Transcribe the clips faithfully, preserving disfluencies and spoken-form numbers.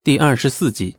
第二十四集。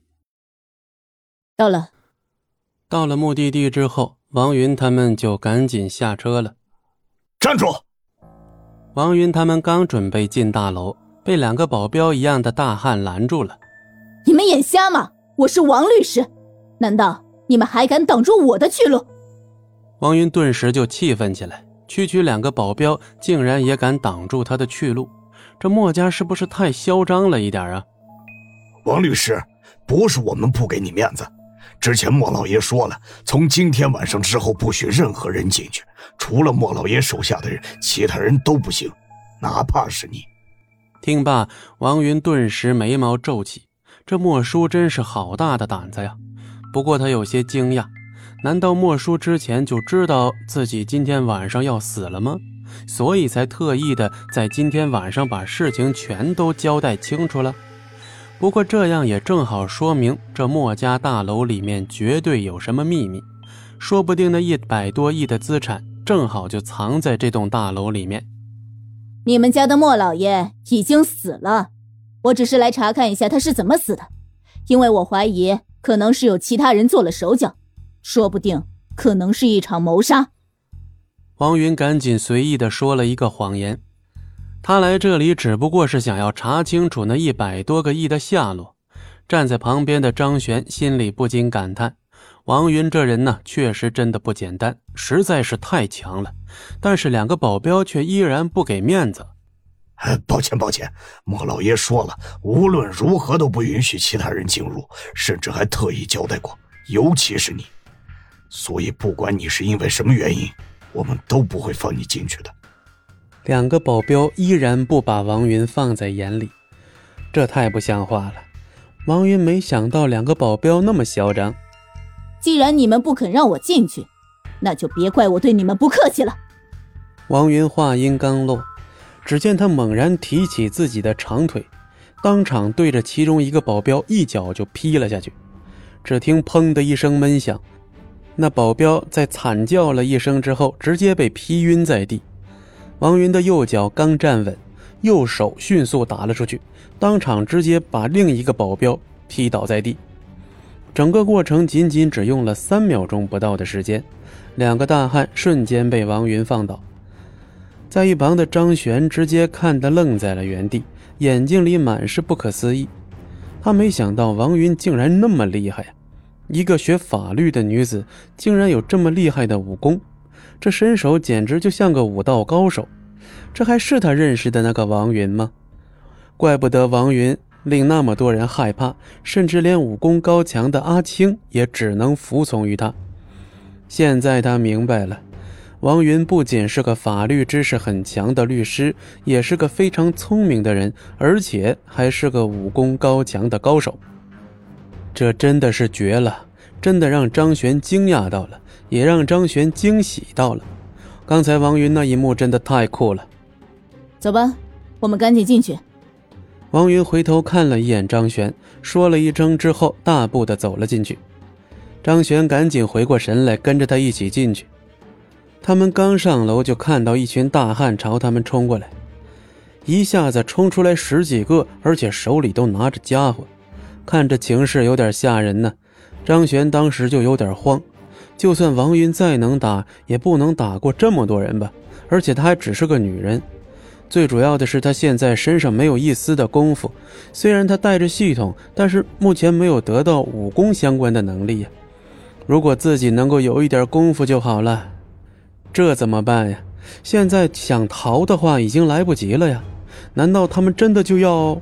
到了。 到了目的地之后，王云他们就赶紧下车了。 站住！ 王云他们刚准备进大楼，被两个保镖一样的大汉拦住了。 你们眼瞎吗？我是王律师，难道你们还敢挡住我的去路？ 王云顿时就气愤起来，区区两个保镖竟然也敢挡住他的去路，这墨家是不是太嚣张了一点啊？ 王律师，不是我们不给你面子，之前莫老爷说了，从今天晚上之后不许任何人进去，除了莫老爷手下的人，其他人都不行，哪怕是你。 听罢，王云顿时眉毛皱起，这莫叔真是好大的胆子呀。不过他有些惊讶，难道莫叔之前就知道自己今天晚上要死了吗？所以才特意的在今天晚上把事情全都交代清楚了。不过这样也正好说明这墨家大楼里面绝对有什么秘密，说不定那一百多亿的资产正好就藏在这栋大楼里面。 你们家的莫老爷已经死了，我只是来查看一下他是怎么死的，因为我怀疑可能是有其他人做了手脚，说不定可能是一场谋杀。 王云赶紧随意地说了一个谎言，他来这里只不过是想要查清楚那一百多个亿的下落。站在旁边的张璇心里不禁感叹，王云这人呢，确实真的不简单，实在是太强了。但是两个保镖却依然不给面子。 抱歉抱歉，莫老爷说了，无论如何都不允许其他人进入，甚至还特意交代过，尤其是你。所以不管你是因为什么原因，我们都不会放你进去的。 两个保镖依然不把王云放在眼里，这太不像话了。王云没想到两个保镖那么嚣张。 既然你们不肯让我进去，那就别怪我对你们不客气了。 王云话音刚落，只见他猛然提起自己的长腿，当场对着其中一个保镖一脚就劈了下去。只听砰的一声闷响，那保镖在惨叫了一声之后直接被劈晕在地。王云的右脚刚站稳，右手迅速打了出去，当场直接把另一个保镖劈倒在地。整个过程仅仅只用了三秒钟不到的时间，两个大汉瞬间被王云放倒。在一旁的张璇直接看得愣在了原地，眼睛里满是不可思议。他没想到王云竟然那么厉害，一个学法律的女子竟然有这么厉害的武功，这身手简直就像个武道高手。这还是他认识的那个王云吗？怪不得王云令那么多人害怕，甚至连武功高强的阿青也只能服从于他。现在他明白了，王云不仅是个法律知识很强的律师，也是个非常聪明的人，而且还是个武功高强的高手。这真的是绝了，真的让张璇惊讶到了，也让张璇惊喜到了。刚才王云那一幕真的太酷了。 走吧，我们赶紧进去。 王云回头看了一眼张璇，说了一声之后大步地走了进去。张璇赶紧回过神来，跟着他一起进去。他们刚上楼就看到一群大汉朝他们冲过来，一下子冲出来十几个，而且手里都拿着家伙，看着情势有点吓人呢。张璇当时就有点慌，就算王云再能打，也不能打过这么多人吧，而且她还只是个女人。最主要的是她现在身上没有一丝的功夫，虽然她带着系统，但是目前没有得到武功相关的能力呀。如果自己能够有一点功夫就好了。这怎么办呀？现在想逃的话已经来不及了呀。难道他们真的就要……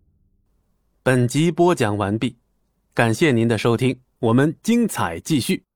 本集播讲完毕，感谢您的收听，我们精彩继续。